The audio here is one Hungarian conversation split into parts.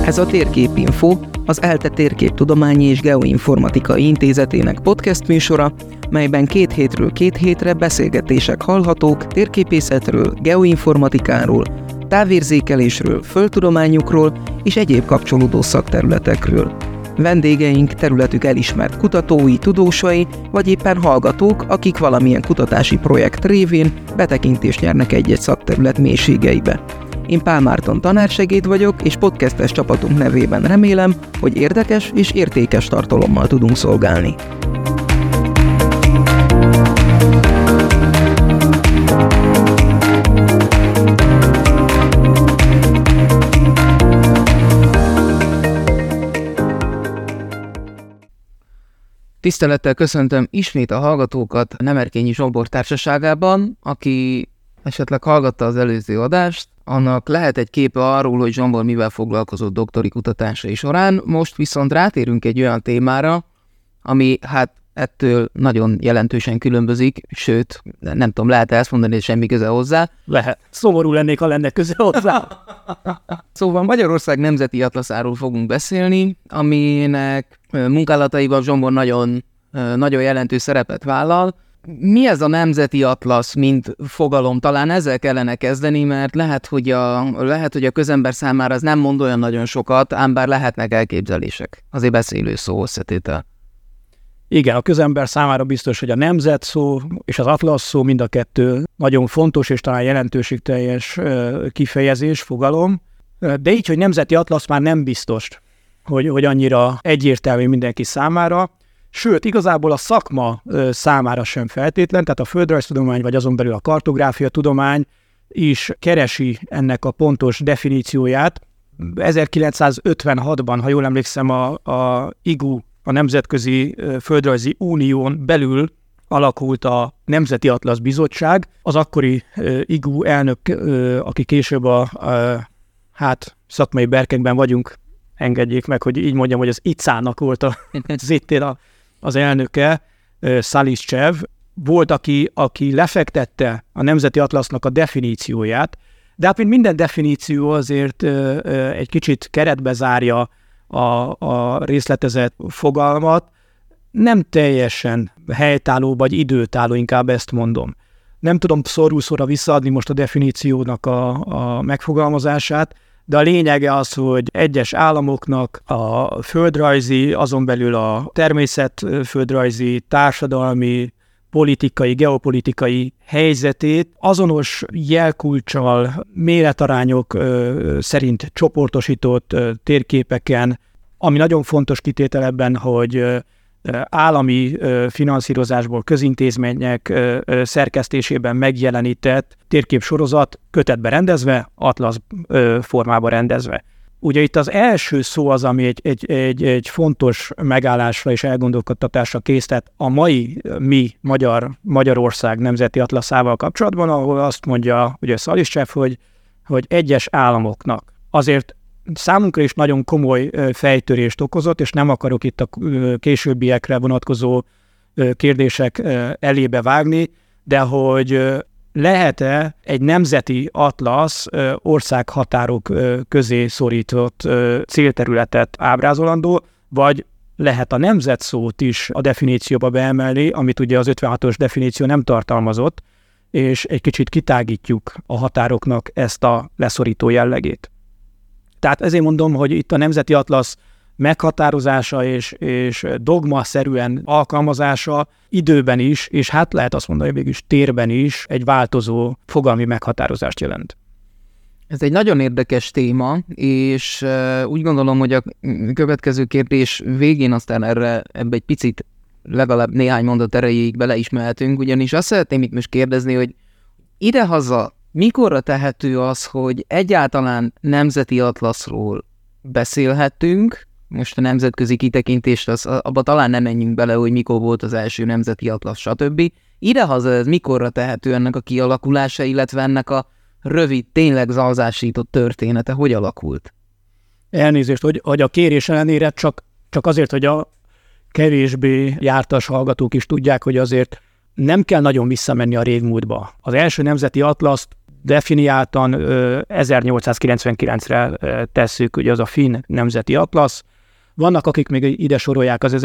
Ez a Térképinfo, az ELTE Térképtudományi és Geoinformatikai Intézetének podcast műsora, melyben 2 hétről 2 hétre beszélgetések hallhatók térképészetről, geoinformatikáról, távérzékelésről, földtudományokról és egyéb kapcsolódó szakterületekről. Vendégeink területük elismert kutatói, tudósai, vagy éppen hallgatók, akik valamilyen kutatási projekt révén betekintést nyernek egy-egy szakterület mélységeibe. Én Pál Márton tanársegéd vagyok, és podcastes csapatunk nevében remélem, hogy érdekes és értékes tartalommal tudunk szolgálni. Tisztelettel köszöntöm ismét a hallgatókat Nemerkényi Zsombor társaságában, aki esetleg hallgatta az előző adást, annak lehet egy képe arról, hogy Zsombor mivel foglalkozott doktori kutatásai során, most viszont rátérünk egy olyan témára, ami ettől nagyon jelentősen különbözik, sőt, nem tudom, lehet ezt mondani, hogy semmi köze hozzá. Lehet. Szomorú lennék, ha lenne köze hozzá. Szóval Magyarország Nemzeti Atlaszáról fogunk beszélni, aminek munkálataiban Zsombor nagyon jelentős szerepet vállal. Mi ez a Nemzeti Atlasz, mint fogalom? Talán ezzel kellene kezdeni, mert lehet, hogy a közember számára ez nem mond olyan nagyon sokat, ám bár lehetnek elképzelések. Azért beszélő szó összetétel. Igen, a közember számára biztos, hogy a nemzet szó és az atlasz szó mind a kettő nagyon fontos és talán jelentőségteljes kifejezés, fogalom. De így, hogy nemzeti atlasz már nem biztos, hogy annyira egyértelmű mindenki számára. Sőt, igazából a szakma számára sem feltétlen, tehát a földrajztudomány vagy azon belül a kartográfia tudomány is keresi ennek a pontos definícióját. 1956-ban, ha jól emlékszem, a IGU, a Nemzetközi Földrajzi Unión belül alakult a Nemzeti Atlasz Bizottság. Az akkori IGU elnök, aki később szakmai berkekben vagyunk, engedjék meg, hogy így mondjam, hogy az ICA-nak volt az itt az elnöke, Szaliszcsev, volt, aki lefektette a Nemzeti Atlasznak a definícióját, de mint minden definíció azért egy kicsit keretbe zárja a részletezett fogalmat, nem teljesen helytálló vagy időtálló, inkább ezt mondom. Nem tudom szorul-szorra visszaadni most a definíciónak a megfogalmazását, de a lényege az, hogy egyes államoknak a földrajzi, azon belül a természetföldrajzi, társadalmi, politikai, geopolitikai helyzetét azonos jelkulccsal, méretarányok szerint csoportosított térképeken, ami nagyon fontos kitétel ebben, hogy állami finanszírozásból közintézmények szerkesztésében megjelenített térképsorozat kötetbe rendezve, atlasz formába rendezve. Ugye itt az első szó az, ami egy fontos megállásra és elgondolkodtatásra késztet a mai Magyarország Nemzeti Atlaszával kapcsolatban, ahol azt mondja ugye Szaliszcsev, hogy egyes államoknak azért számunkra is nagyon komoly fejtörést okozott, és nem akarok itt a későbbiekre vonatkozó kérdések elébe vágni, de hogy lehet-e egy nemzeti atlasz országhatárok közé szorított célterületet ábrázolandó, vagy lehet a nemzet szót is a definícióba beemelni, amit ugye az 56-os definíció nem tartalmazott, és egy kicsit kitágítjuk a határoknak ezt a leszorító jellegét. Tehát ezért mondom, hogy itt a Nemzeti Atlasz meghatározása és dogmaszerűen alkalmazása időben is, és lehet azt mondani, hogy végülis térben is egy változó fogalmi meghatározást jelent. Ez egy nagyon érdekes téma, és úgy gondolom, hogy a következő kérdés végén aztán ebbe egy picit legalább néhány mondat erejéig bele is mehetünk, ugyanis azt szeretném itt most kérdezni, hogy idehaza mikorra tehető az, hogy egyáltalán nemzeti atlaszról beszélhetünk, most a nemzetközi kitekintést, abba talán nem menjünk bele, hogy mikor volt az első nemzeti atlasz, stb. Idehaza ez mikorra tehető ennek a kialakulása, illetve ennek a rövid, tényleg zalzásított története, hogy alakult? Elnézést, hogy a kérés ellenére csak azért, hogy a kevésbé jártas hallgatók is tudják, hogy azért nem kell nagyon visszamenni a régmúltba. Az első nemzeti atlaszt definiáltan 1899-re tesszük, ugye az a Finn Nemzeti Atlasz. Vannak, akik még ide sorolják az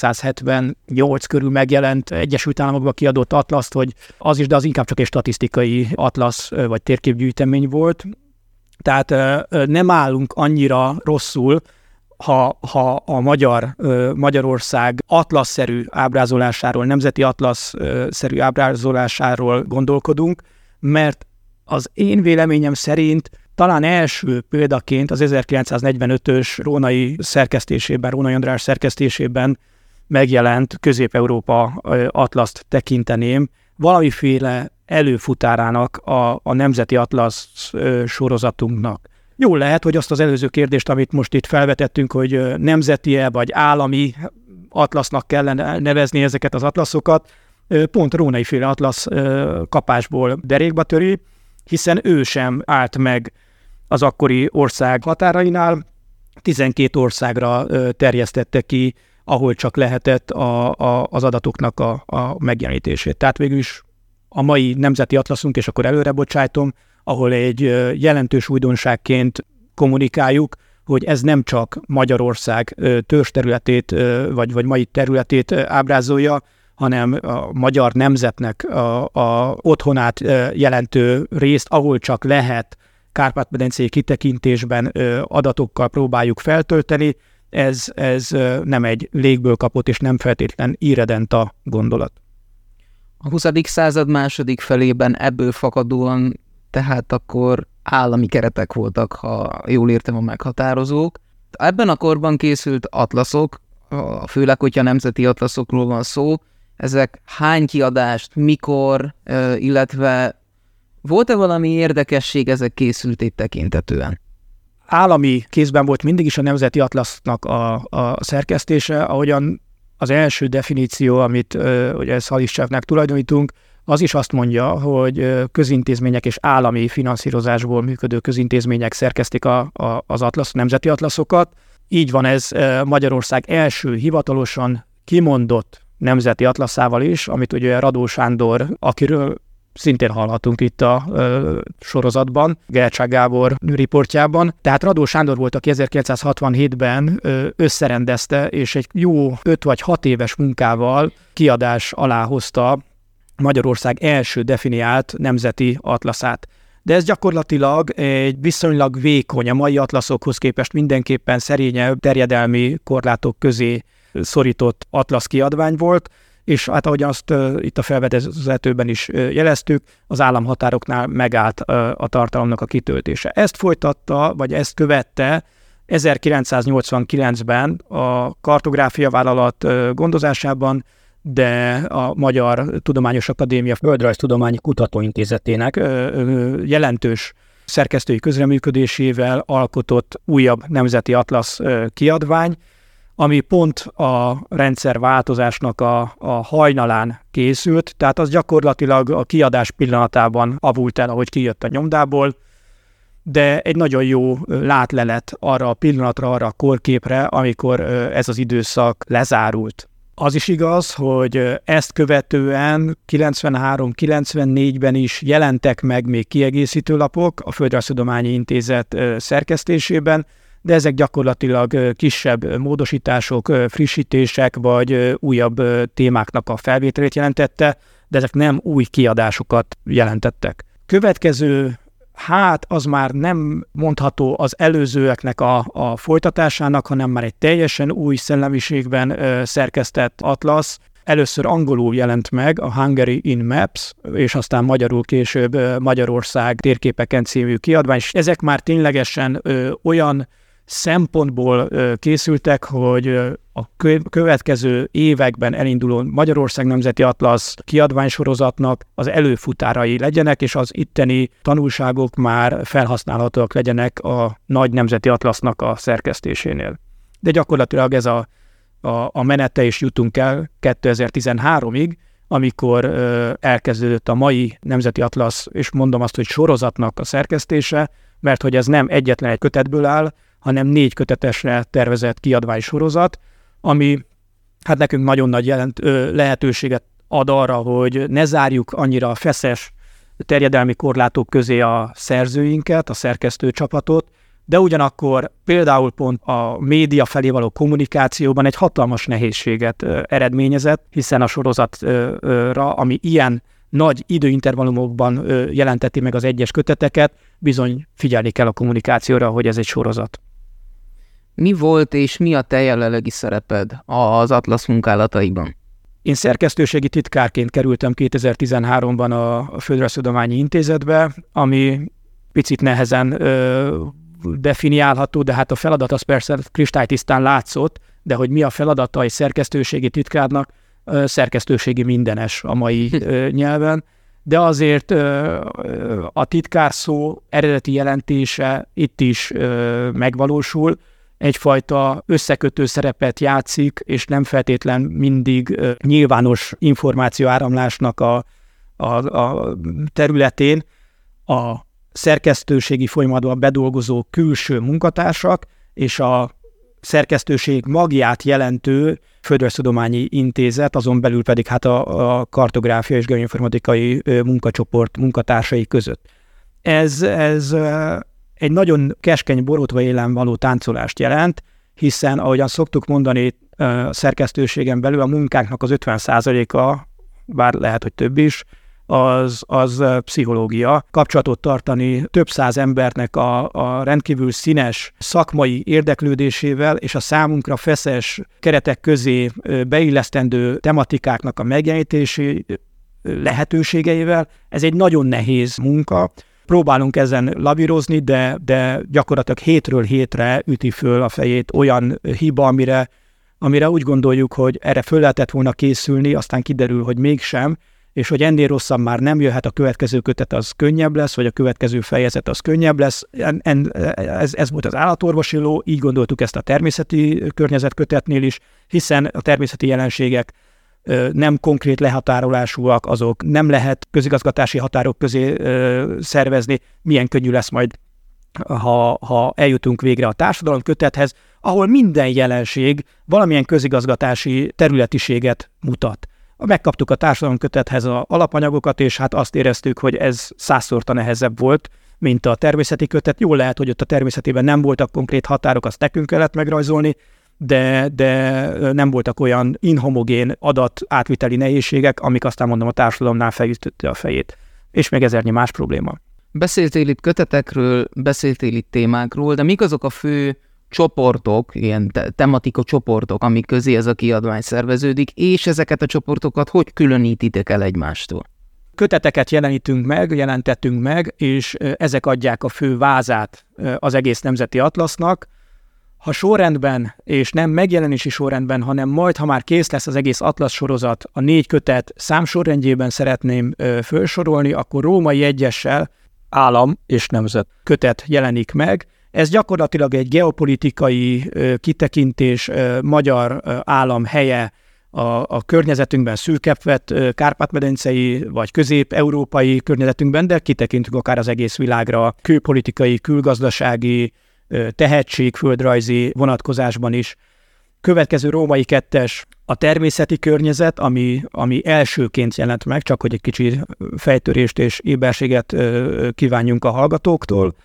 1878 körül megjelent Egyesült Államokban kiadott atlaszt, hogy az is, de az inkább csak egy statisztikai atlasz vagy térképgyűjtemény volt. Tehát nem állunk annyira rosszul, ha a Magyarország atlaszszerű ábrázolásáról, nemzeti atlaszszerű ábrázolásáról gondolkodunk, mert az én véleményem szerint talán első példaként az 1945-ös Rónai András szerkesztésében megjelent Közép-Európa atlaszt tekinteném, valamiféle előfutárának a nemzeti atlasz sorozatunknak. Jól lehet, hogy azt az előző kérdést, amit most itt felvetettünk, hogy nemzeti-e vagy állami atlasznak kellene nevezni ezeket az atlaszokat, pont Rónai féle atlasz kapásból derékba töri, hiszen ő sem állt meg az akkori ország határainál, 12 országra terjesztette ki, ahol csak lehetett az adatoknak a megjelenítését. Tehát végül is a mai nemzeti atlaszunk, és akkor előre bocsájtom, ahol egy jelentős újdonságként kommunikáljuk, hogy ez nem csak Magyarország törzsterületét, vagy mai területét ábrázolja, hanem a magyar nemzetnek a otthonát jelentő részt, ahol csak lehet Kárpát-medencei kitekintésben adatokkal próbáljuk feltölteni. Ez nem egy légből kapott és nem feltétlen irredenta gondolat. A 20. század második felében ebből fakadóan tehát akkor állami keretek voltak, ha jól értem a meghatározók. Ebben a korban készült atlaszok, főleg, hogyha nemzeti atlaszokról van szó, ezek hány kiadást, mikor, illetve volt-e valami érdekesség ezek készültét tekintetően? Állami kézben volt mindig is a nemzeti atlasznak a szerkesztése, ahogyan az első definíció, amit ugye Szalis Csevnek tulajdonítunk, az is azt mondja, hogy közintézmények és állami finanszírozásból működő közintézmények szerkesztik az atlasz, nemzeti atlaszokat. Így van ez Magyarország első hivatalosan kimondott nemzeti atlaszával is, amit ugye Radó Sándor, akiről szintén hallhatunk itt a sorozatban, Gercsák Gábor riportjában. Tehát Radó Sándor volt, aki 1967-ben összerendezte, és egy jó 5 vagy 6 éves munkával kiadás alá hozta Magyarország első definiált nemzeti atlaszát. De ez gyakorlatilag egy viszonylag vékony, a mai atlaszokhoz képest mindenképpen szerényebb terjedelmi korlátok közé szorított atlasz kiadvány volt, és hát ahogy azt itt a felvezetőben is jeleztük, az államhatároknál megállt a tartalomnak a kitöltése. Ezt folytatta, vagy ezt követte 1989-ben a Kartográfia Vállalat gondozásában, de a Magyar Tudományos Akadémia Földrajztudományi Kutatóintézetének jelentős szerkesztői közreműködésével alkotott újabb nemzeti atlasz kiadvány, ami pont a rendszerváltozásnak a hajnalán készült, tehát az gyakorlatilag a kiadás pillanatában avult el, ahogy kijött a nyomdából, de egy nagyon jó látlelet arra a pillanatra, arra a korképre, amikor ez az időszak lezárult. Az is igaz, hogy ezt követően 93-94-ben is jelentek meg még kiegészítő lapok a Földrajztudományi Intézet szerkesztésében, de ezek gyakorlatilag kisebb módosítások, frissítések vagy újabb témáknak a felvételét jelentette, de ezek nem új kiadásokat jelentettek. Következő, az már nem mondható az előzőeknek a folytatásának, hanem már egy teljesen új szellemiségben szerkesztett atlasz. Először angolul jelent meg a Hungary in Maps, és aztán magyarul később Magyarország térképeken című kiadvány. És ezek már ténylegesen olyan szempontból készültek, hogy a következő években elinduló Magyarország Nemzeti Atlasz kiadványsorozatnak az előfutárai legyenek, és az itteni tanulságok már felhasználhatóak legyenek a nagy nemzeti atlasznak a szerkesztésénél. De gyakorlatilag ez a menete is jutunk el 2013-ig, amikor elkezdődött a mai Nemzeti Atlasz, és mondom azt, hogy sorozatnak a szerkesztése, mert hogy ez nem egyetlen egy kötetből áll, hanem 4 kötetesre tervezett kiadványsorozat, ami hát nekünk nagyon nagy lehetőséget ad arra, hogy ne zárjuk annyira feszes terjedelmi korlátok közé a szerzőinket, a szerkesztőcsapatot, de ugyanakkor például pont a média felé való kommunikációban egy hatalmas nehézséget eredményezett, hiszen a sorozatra, ami ilyen nagy időintervallumokban jelenteti meg az egyes köteteket, bizony figyelni kell a kommunikációra, hogy ez egy sorozat. Mi volt és mi a te jelenlegi szereped az Atlasz munkálataiban? Én szerkesztőségi titkárként kerültem 2013-ban a Földrajztudományi Intézetbe, ami picit nehezen definiálható, de hát a feladat az persze kristálytisztán látszott, de hogy mi a feladata egy szerkesztőségi titkárnak, szerkesztőségi mindenes a mai nyelven, de azért a titkár szó eredeti jelentése itt is megvalósul, egyfajta összekötő szerepet játszik, és nem feltétlen mindig nyilvános információáramlásnak a területén a szerkesztőségi folyamatban bedolgozó külső munkatársak és a szerkesztőség magját jelentő Földrajztudományi Intézet, azon belül pedig hát a kartográfia és geoinformatikai munkacsoport munkatársai között. Ez egy nagyon keskeny borotva élen való táncolást jelent, hiszen ahogyan szoktuk mondani a szerkesztőségen belül a munkáknak az 50%-a, bár lehet, hogy több is, az pszichológia. Kapcsolatot tartani több száz embernek a rendkívül színes szakmai érdeklődésével és a számunkra feszes keretek közé beillesztendő tematikáknak a megjelenítési lehetőségeivel. Ez egy nagyon nehéz munka. Próbálunk ezen lavírozni, de gyakorlatilag hétről hétre üti föl a fejét olyan hiba, amire úgy gondoljuk, hogy erre föl lehetett volna készülni, aztán kiderül, hogy mégsem, és hogy ennél rosszabb már nem jöhet, a következő kötet az könnyebb lesz, vagy a következő fejezet az könnyebb lesz. Ez volt az állatorvosi ló, így gondoltuk ezt a természeti környezetkötetnél is, hiszen a természeti jelenségek nem konkrét lehatárolásúak, azok nem lehet közigazgatási határok közé szervezni, milyen könnyű lesz majd, ha eljutunk végre a társadalomkötethez, ahol minden jelenség valamilyen közigazgatási területiséget mutat. Megkaptuk a társadalomkötethez az alapanyagokat, és hát azt éreztük, hogy ez 100-szor nehezebb volt, mint a természeti kötet. Jól lehet, hogy ott a természetében nem voltak konkrét határok, azt nekünk kellett megrajzolni, de nem voltak olyan inhomogén adat átviteli nehézségek, amik aztán mondom a társadalomnál felütötte a fejét. És még ezernyi más probléma. Beszéltél itt kötetekről, beszéltél itt témákról, de mik azok a fő csoportok, ilyen tematika csoportok, amik közé ez a kiadvány szerveződik, és ezeket a csoportokat hogy különítitek el egymástól? Köteteket jelentettünk meg, és ezek adják a fő vázát az egész Nemzeti Atlasznak. Ha sorrendben, és nem megjelenési sorrendben, hanem majd, ha már kész lesz az egész Atlasz sorozat, a 4 kötet számsorrendjében szeretném felsorolni, akkor római egyessel állam és nemzet kötet jelenik meg. Ez gyakorlatilag egy geopolitikai kitekintés, magyar állam helye a környezetünkben, szűkebb vett kárpát-medencei vagy közép-európai környezetünkben, de kitekintünk akár az egész világra, külpolitikai, külgazdasági, tehetség, földrajzi vonatkozásban is. Következő római 2-es a természeti környezet, ami elsőként jelent meg, csak hogy egy kicsi fejtörést és éberséget kívánjunk a hallgatóktól.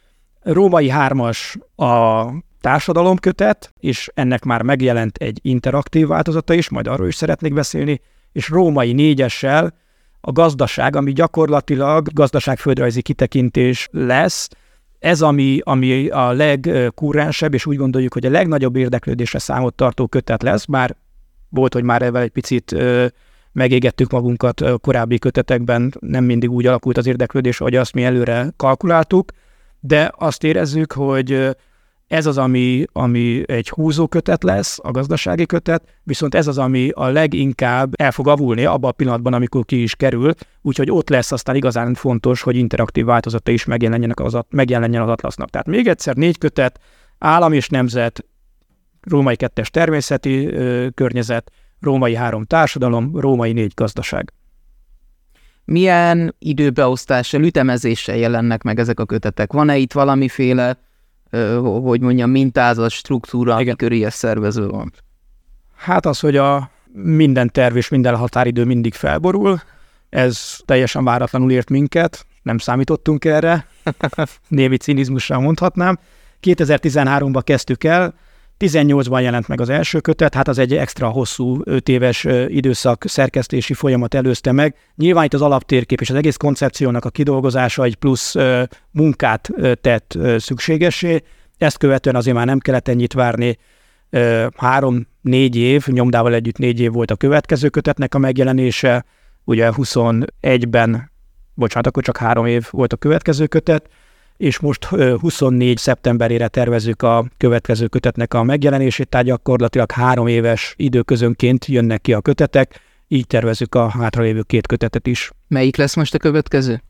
Római 3-as a társadalomkötet, és ennek már megjelent egy interaktív változata is, majd arról is szeretnék beszélni, és római 4-essel a gazdaság, ami gyakorlatilag gazdaságföldrajzi kitekintés lesz. Ez, ami a legkurrensebb, és úgy gondoljuk, hogy a legnagyobb érdeklődésre számot tartó kötet lesz, bár volt, hogy már ezzel egy picit megégettük magunkat a korábbi kötetekben, nem mindig úgy alakult az érdeklődés, hogy azt mi előre kalkuláltuk, de azt érezzük, hogy ez az, ami egy húzó kötet lesz, a gazdasági kötet, viszont ez az, ami a leginkább el fog avulni abban a pillanatban, amikor ki is kerül, úgyhogy ott lesz aztán igazán fontos, hogy interaktív változata is megjelenjen az Atlasznak. Tehát még egyszer 4 kötet, állam és nemzet, római 2-es természeti környezet, római 3 társadalom, római 4 gazdaság. Milyen időbeosztással, ütemezéssel jelennek meg ezek a kötetek? Van-e itt valamiféle, hogy mondjam, mintázat, struktúra, ami köré ez szervező van? Hát az, hogy minden terv és minden határidő mindig felborul, Ez teljesen váratlanul ért minket, nem számítottunk erre, némi cinizmussal mondhatnám. 2013-ban kezdtük el, 18-ban jelent meg az első kötet, hát az egy extra hosszú 5 éves időszak szerkesztési folyamat előzte meg. Nyilván itt az alaptérkép és az egész koncepciónak a kidolgozása egy plusz munkát tett szükségessé. Ezt követően azért már nem kellett ennyit várni. 3-4 év, nyomdával együtt 4 év volt a következő kötetnek a megjelenése. Ugye 21-ben, bocsánat, akkor csak 3 év volt a következő kötet, és most 24 szeptemberére tervezzük a következő kötetnek a megjelenését, tehát gyakorlatilag 3 éves időközönként jönnek ki a kötetek, így tervezzük a hátralévő 2 kötetet is. Melyik lesz most a következő?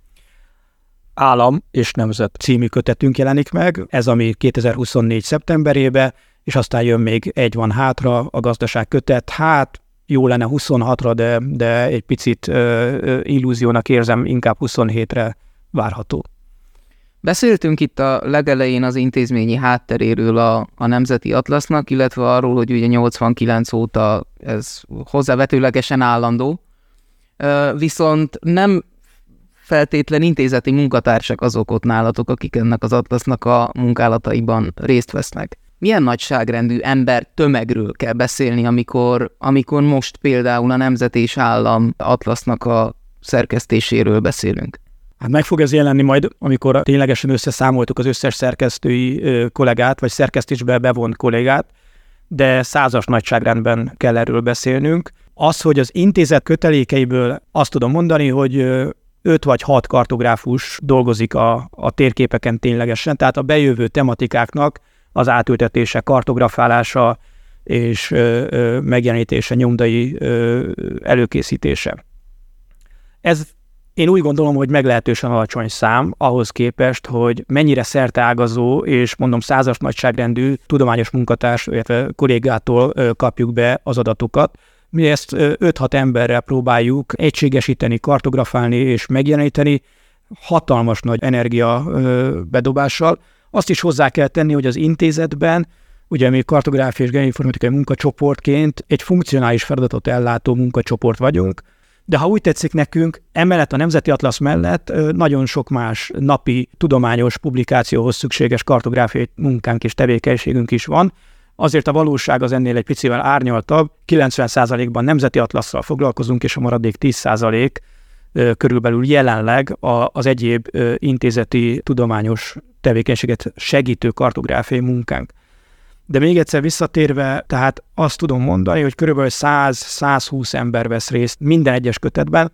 Állam és nemzet című kötetünk jelenik meg, ez ami 2024 szeptemberében, és aztán jön még egy van hátra, a gazdaság kötet, hát jó lenne 26-ra, de egy picit illúziónak érzem, inkább 27-re várható. Beszéltünk itt a legelején az intézményi hátteréről a Nemzeti Atlasznak, illetve arról, hogy ugye 89 óta ez hozzávetőlegesen állandó, viszont nem feltétlen intézeti munkatársak azok ott nálatok, akik ennek az Atlasznak a munkálataiban részt vesznek. Milyen nagyságrendű ember tömegről kell beszélni, amikor most például a Nemzet és Állam Atlasznak a szerkesztéséről beszélünk? Hát meg fog ez jelenni majd, amikor ténylegesen összeszámoltuk az összes szerkesztői kollégát, vagy szerkesztésbe bevont kollégát, de 100-as nagyságrendben kell erről beszélnünk. Az, hogy az intézet kötelékeiből azt tudom mondani, hogy 5 vagy 6 kartográfus dolgozik a térképeken ténylegesen, tehát a bejövő tematikáknak az átültetése, kartografálása és megjelenítése, nyomdai előkészítése. Ez én úgy gondolom, hogy meglehetősen alacsony szám ahhoz képest, hogy mennyire szerteágazó és mondom 100-as nagyságrendű tudományos munkatárs, illetve kollégától kapjuk be az adatokat. Mi ezt 5-6 emberrel próbáljuk egységesíteni, kartografálni és megjeleníteni, hatalmas nagy energia bedobással. Azt is hozzá kell tenni, hogy az intézetben, ugye mi kartográfia és geoinformatikai munkacsoportként egy funkcionális feladatot ellátó munkacsoport vagyunk, de ha úgy tetszik nekünk, emellett a Nemzeti Atlasz mellett nagyon sok más napi tudományos publikációhoz szükséges kartográfiai munkánk és tevékenységünk is van. Azért a valóság az ennél egy picivel árnyaltabb, 90%-ban Nemzeti Atlasszal foglalkozunk, és a maradék 10% körülbelül jelenleg az egyéb intézeti tudományos tevékenységet segítő kartográfiai munkánk. De még egyszer visszatérve, tehát azt tudom mondani, hogy körülbelül 100-120 ember vesz részt minden egyes kötetben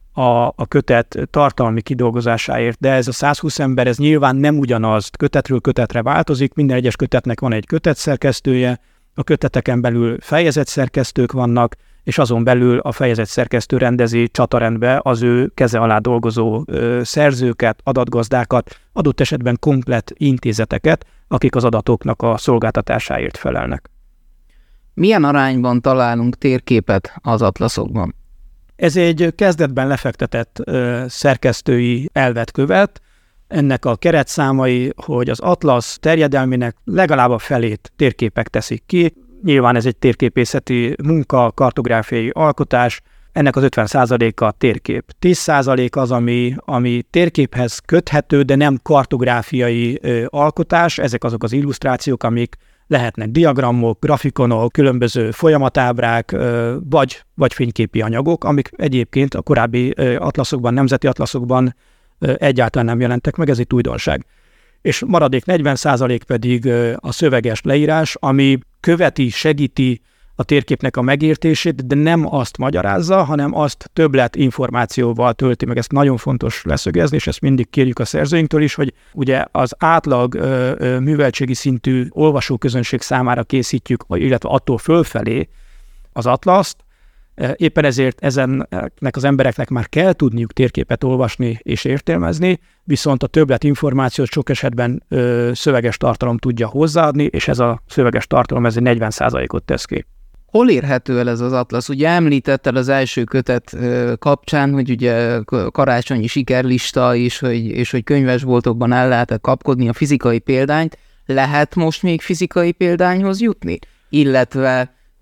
a kötet tartalmi kidolgozásáért, de ez a 120 ember, ez nyilván nem ugyanaz, kötetről kötetre változik, minden egyes kötetnek van egy kötetszerkesztője, a köteteken belül fejezetszerkesztők vannak, és azon belül a fejezetszerkesztő rendezi csatarendbe az ő keze alá dolgozó szerzőket, adatgazdákat, adott esetben komplett intézeteket, akik az adatoknak a szolgáltatásáért felelnek. Milyen arányban találunk térképet az atlaszokban? Ez egy kezdetben lefektetett szerkesztői elvet követ. Ennek a keretszámai, hogy az atlasz terjedelmének legalább a felét térképek teszik ki. Nyilván ez egy térképészeti munka, kartográfiai alkotás, ennek az 50%-a térkép. 10% az, ami térképhez köthető, de nem kartográfiai alkotás, ezek azok az illusztrációk, amik lehetnek diagramok, grafikonok, különböző folyamatábrák, vagy fényképi anyagok, amik egyébként a korábbi atlaszokban, nemzeti atlaszokban egyáltalán nem jelentek meg, ez egy újdonság. És maradék 40% pedig a szöveges leírás, ami követi, segíti a térképnek a megértését, de nem azt magyarázza, hanem azt többlet információval tölti meg. Ezt nagyon fontos leszögezni, és ezt mindig kérjük a szerzőinktől is, hogy ugye az átlag műveltségi szintű olvasóközönség számára készítjük, illetve attól fölfelé az atlaszt. Éppen ezért ezennek az embereknek már kell tudniuk térképet olvasni és értelmezni, viszont a többlet információt sok esetben szöveges tartalom tudja hozzáadni, és ez a szöveges tartalom ez egy 40%-ot tesz ki. Hol érhető el ez az atlasz? Ugye említetted az első kötet kapcsán, hogy ugye karácsonyi sikerlista is, és hogy könyvesboltokban el lehet kapkodni a fizikai példányt. Lehet most még fizikai példányhoz jutni? Illetve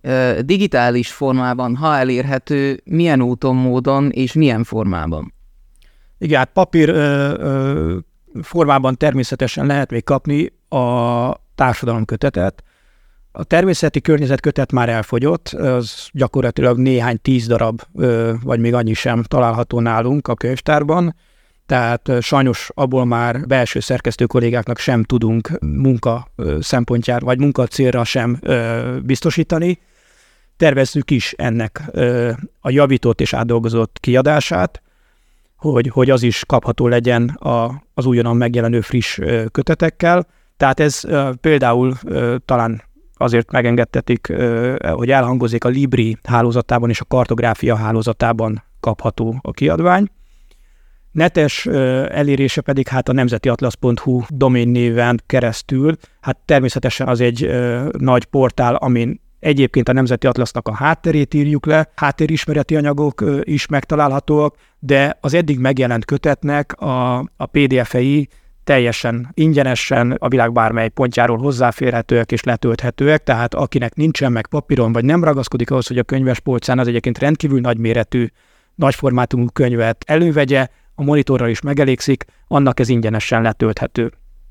digitális formában, ha elérhető, milyen úton, módon és milyen formában? Igen, hát papír formában természetesen lehet még kapni a társadalomkötetet. A természeti környezetkötet már elfogyott, az gyakorlatilag néhány 10 darab, vagy még annyi sem található nálunk a könyvtárban, tehát sajnos abból már belső szerkesztő kollégáknak sem tudunk munka szempontjára, vagy munka célra sem biztosítani. Tervezzük is ennek a javított és átdolgozott kiadását, hogy az is kapható legyen az újonnan megjelenő friss kötetekkel. Tehát ez például talán azért megengedtetik, hogy elhangozik, a Libri hálózatában és a Kartográfia hálózatában kapható a kiadvány. Netes elérése pedig hát a nemzetiatlasz.hu doménnéven keresztül, hát természetesen az egy nagy portál, amin egyébként a Nemzeti Atlasznak a hátterét írjuk le, háttérismereti anyagok is megtalálhatóak, de az eddig megjelent kötetnek a PDF-ei teljesen ingyenesen a világ bármely pontjáról hozzáférhetőek és letölthetőek, tehát akinek nincsen meg papíron, vagy nem ragaszkodik ahhoz, hogy a könyvespolcán az egyébként rendkívül nagyméretű, nagyformátumú könyvet elővegye, a monitorral is megelégszik, annak ez ingyenesen letölthető.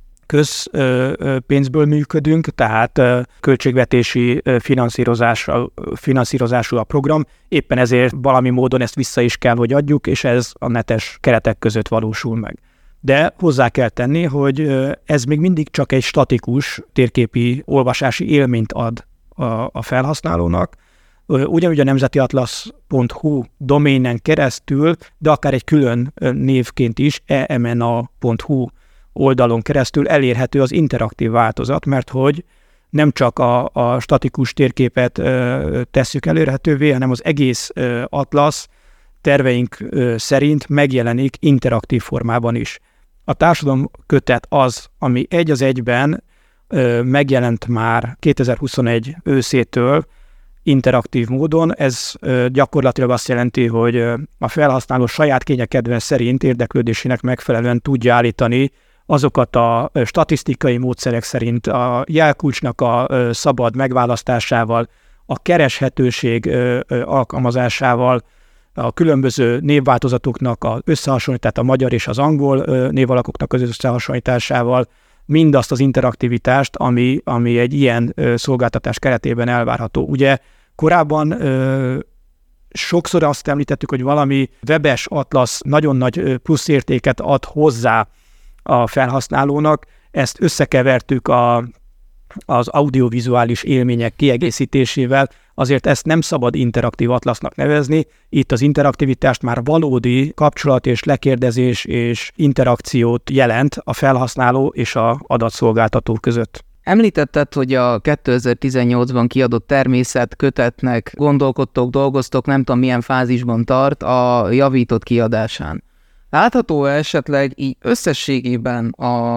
Közpénzből működünk, tehát költségvetési finanszírozású a program, éppen ezért valami módon ezt vissza is kell, hogy adjuk, és ez a netes keretek között valósul meg. De hozzá kell tenni, hogy ez még mindig csak egy statikus térképi olvasási élményt ad a felhasználónak, ugyanúgy a nemzetiatlasz.hu doménen keresztül, de akár egy külön névként is, emna.hu oldalon keresztül elérhető az interaktív változat, mert hogy nem csak a statikus térképet tesszük elérhetővé, hanem az egész atlasz terveink szerint megjelenik interaktív formában is. A társadalomkötet az, ami egy az egyben megjelent már 2021 őszétől interaktív módon. Ez gyakorlatilag azt jelenti, hogy a felhasználó saját kényekedve szerint érdeklődésének megfelelően tudja állítani azokat a statisztikai módszerek szerint a jelkulcsnak a szabad megválasztásával, a kereshetőség alkalmazásával, a különböző névváltozatoknak az összehasonlítását, a magyar és az angol névalakoknak az összehasonlításával, mindazt az interaktivitást, ami egy ilyen szolgáltatás keretében elvárható. Ugye korábban sokszor azt említettük, hogy valami webes atlasz nagyon nagy pluszértéket ad hozzá a felhasználónak, ezt összekevertük az audiovizuális élmények kiegészítésével, azért ezt nem szabad interaktív atlasznak nevezni, itt az interaktivitást már valódi kapcsolat és lekérdezés és interakciót jelent a felhasználó és az adatszolgáltató között. Említetted, hogy a 2018-ban kiadott természetkötetnek gondolkodtok, dolgoztok, nem tudom milyen fázisban tart a javított kiadásán. Látható esetleg így összességében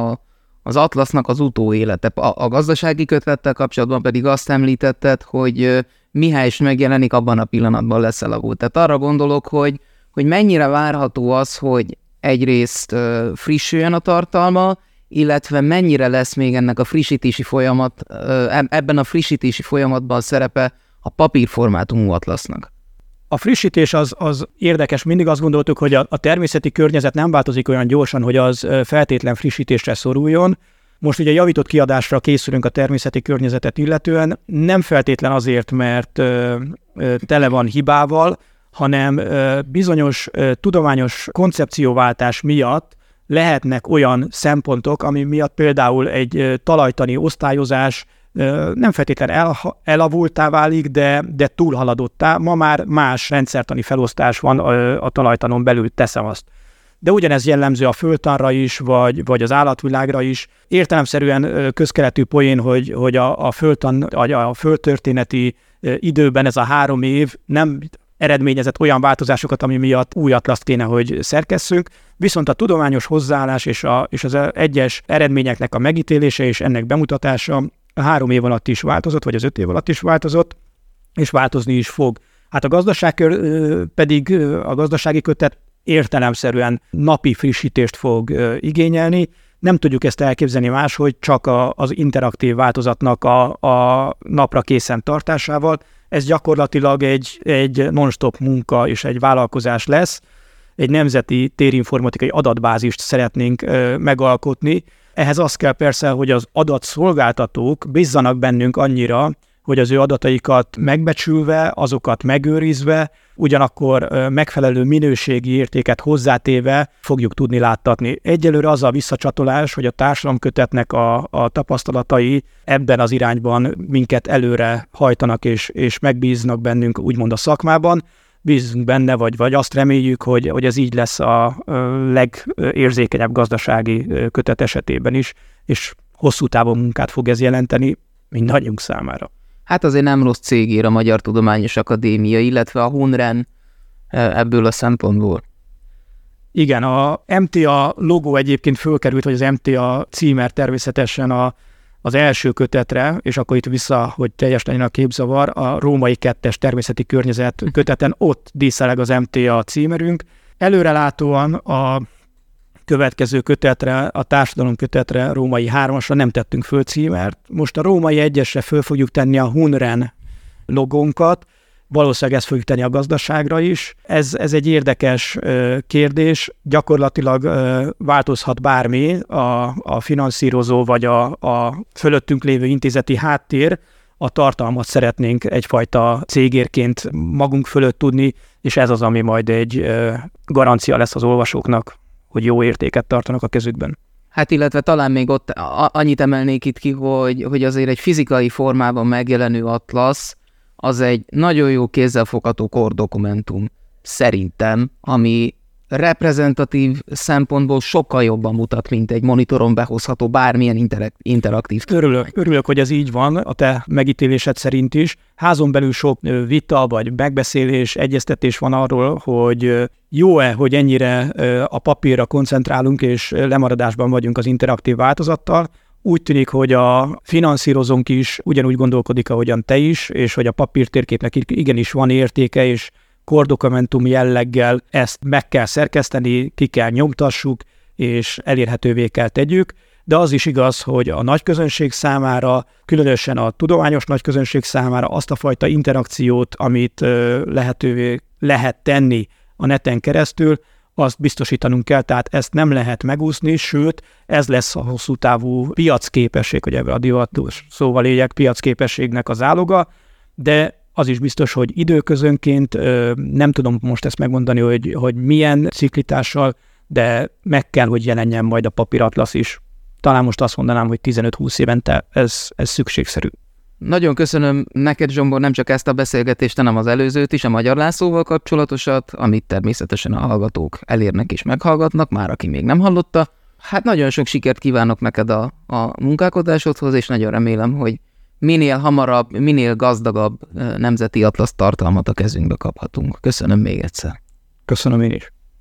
az atlasznak az utóélete? A gazdasági kötettel kapcsolatban pedig azt említetted, hogy mihelyest megjelenik, abban a pillanatban leszelavult. Tehát arra gondolok, hogy mennyire várható az, hogy egyrészt frissüljön a tartalma, illetve mennyire lesz még ennek a frissítési folyamat, ebben a frissítési folyamatban szerepe a papírformátumú atlasznak. A frissítés az érdekes, mindig azt gondoltuk, hogy a természeti környezet nem változik olyan gyorsan, hogy az feltétlen frissítésre szoruljon. Most ugye javított kiadásra készülünk a természeti környezetet illetően, nem feltétlen azért, mert tele van hibával, hanem bizonyos tudományos koncepcióváltás miatt lehetnek olyan szempontok, ami miatt például egy talajtani osztályozás nem feltétlenül elavultá válik, de túlhaladottá. Ma már más rendszertani felosztás van a talajtanon belül, teszem azt. De ugyanez jellemző a földtanra is, vagy az állatvilágra is. Értelemszerűen közkeletű poén, hogy a földtörténeti időben ez a 3 év nem eredményezett olyan változásokat, ami miatt új atlaszt kéne, hogy szerkesszünk, viszont a tudományos hozzáállás és az egyes eredményeknek a megítélése és ennek bemutatása a 3 év alatt is változott, vagy az 5 év alatt is változott, és változni is fog. Hát a gazdasági kötet értelemszerűen napi frissítést fog igényelni. Nem tudjuk ezt elképzelni máshogy, csak az interaktív változatnak a napra készen tartásával. Ez gyakorlatilag egy non-stop munka és egy vállalkozás lesz. Egy nemzeti térinformatikai adatbázist szeretnénk megalkotni. Ehhez az kell persze, hogy az adatszolgáltatók bízzanak bennünk annyira, hogy az ő adataikat megbecsülve, azokat megőrizve, ugyanakkor megfelelő minőségi értéket hozzátéve fogjuk tudni láttatni. Egyelőre az a visszacsatolás, hogy a társadalomkötetnek a tapasztalatai ebben az irányban minket előre hajtanak és megbíznak bennünk úgymond a szakmában. Bízunk benne, vagy azt reméljük, hogy ez így lesz a legérzékenyebb gazdasági kötet esetében is, és hosszú távon munkát fog ez jelenteni mindannyiunk számára. Hát azért nem rossz cégér a Magyar Tudományos Akadémia, illetve a HUNREN ebből a szempontból. Igen, a MTA logó egyébként fölkerült, vagy az MTA címer természetesen az első kötetre, és akkor itt vissza, hogy teljes legyen a képzavar, a Római 2-es természeti környezet köteten ott díszeleg az MTA címerünk. Előrelátóan a következő kötetre, a társadalom kötetre, Római 3-asra nem tettünk föl címert. Most a Római 1-esre föl fogjuk tenni a HUNREN logónkat, valószínűleg ezt fogjuk tenni a gazdaságra is. Ez egy érdekes kérdés, gyakorlatilag változhat bármi, a finanszírozó vagy a fölöttünk lévő intézeti háttér, a tartalmat szeretnénk egyfajta cégérként magunk fölött tudni, és ez az, ami majd egy garancia lesz az olvasóknak, hogy jó értéket tartanak a kezükben. Hát illetve talán még ott annyit emelnék itt ki, hogy azért egy fizikai formában megjelenő atlasz, az egy nagyon jó kézzelfogható kordokumentum szerintem, ami reprezentatív szempontból sokkal jobban mutat, mint egy monitoron behozható bármilyen interaktív. Örülök, hogy ez így van, a te megítélésed szerint is. Házon belül sok vita vagy megbeszélés, egyeztetés van arról, hogy jó-e, hogy ennyire a papírra koncentrálunk, és lemaradásban vagyunk az interaktív változattal. Úgy tűnik, hogy a finanszírozónk is ugyanúgy gondolkodik, ahogyan te is, és hogy a papírtérképnek igenis van értéke, és kordokumentum jelleggel ezt meg kell szerkeszteni, ki kell nyomtassuk, és elérhetővé kell tegyük. De az is igaz, hogy a nagyközönség számára, különösen a tudományos nagyközönség számára azt a fajta interakciót, amit lehetővé lehet tenni a neten keresztül, azt biztosítanunk kell, tehát ezt nem lehet megúszni, sőt, ez lesz a hosszú távú piacképesség, hogy ebben a divatos szóval éljek, piacképességnek az záloga, de az is biztos, hogy időközönként, nem tudom most ezt megmondani, hogy milyen ciklitással, de meg kell, hogy jelenjen majd a papíratlasz is. Talán most azt mondanám, hogy 15-20 évente ez szükségszerű. Nagyon köszönöm neked, Zsombor, nem csak ezt a beszélgetést, hanem az előzőt is, a Magyar Lászlóval kapcsolatosat, amit természetesen a hallgatók elérnek és meghallgatnak, már aki még nem hallotta. Hát nagyon sok sikert kívánok neked a munkálkodásodhoz, és nagyon remélem, hogy minél hamarabb, minél gazdagabb nemzeti atlasz tartalmat a kezünkbe kaphatunk. Köszönöm még egyszer. Köszönöm én is.